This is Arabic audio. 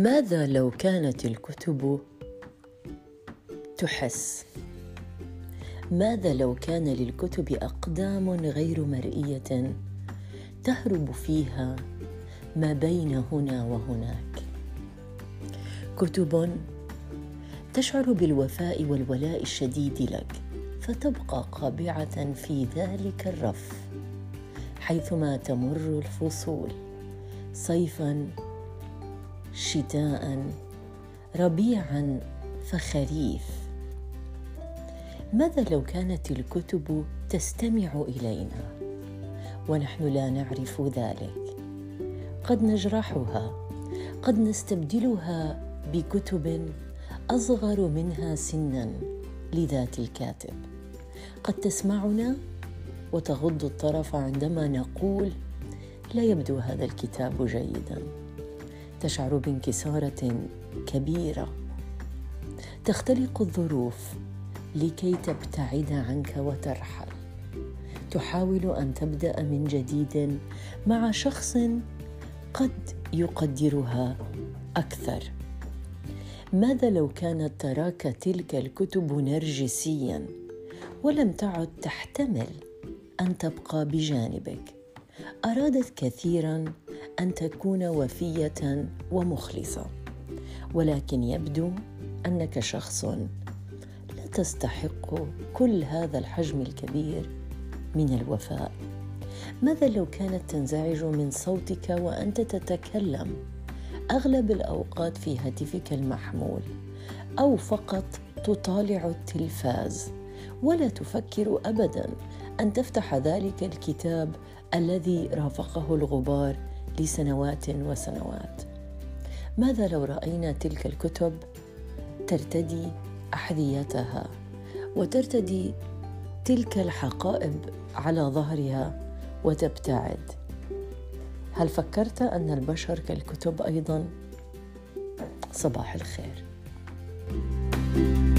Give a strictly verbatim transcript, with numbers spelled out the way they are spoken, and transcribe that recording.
ماذا لو كانت الكتب تحس؟ ماذا لو كان للكتب أقدام غير مرئية تهرب فيها ما بين هنا وهناك؟ كتب تشعر بالوفاء والولاء الشديد لك، فتبقى قابعة في ذلك الرف حيثما تمر الفصول، صيفاً، شتاء، ربيعاً، فخريف. ماذا لو كانت الكتب تستمع إلينا ونحن لا نعرف ذلك؟ قد نجرحها، قد نستبدلها بكتب أصغر منها سناً لذات الكاتب. قد تسمعنا وتغض الطرف عندما نقول: لا يبدو هذا الكتاب جيداً. تشعر بانكسارة كبيرة، تختلق الظروف لكي تبتعد عنك وترحل. تحاول أن تبدأ من جديد مع شخص قد يقدرها أكثر. ماذا لو كانت تراك تلك الكتب نرجسياً ولم تعد تحتمل أن تبقى بجانبك؟ أرادت كثيراً أن تكون وفية ومخلصة، ولكن يبدو أنك شخص لا تستحق كل هذا الحجم الكبير من الوفاء. ماذا لو كانت تنزعج من صوتك وأنت تتكلم أغلب الأوقات في هاتفك المحمول، أو فقط تطالع التلفاز ولا تفكر أبداً أن تفتح ذلك الكتاب الذي رافقه الغبار لسنوات وسنوات؟ ماذا لو رأينا تلك الكتب ترتدي أحذيتها وترتدي تلك الحقائب على ظهرها وتبتعد؟ هل فكرت أن البشر كالكتب أيضاً؟ صباح الخير.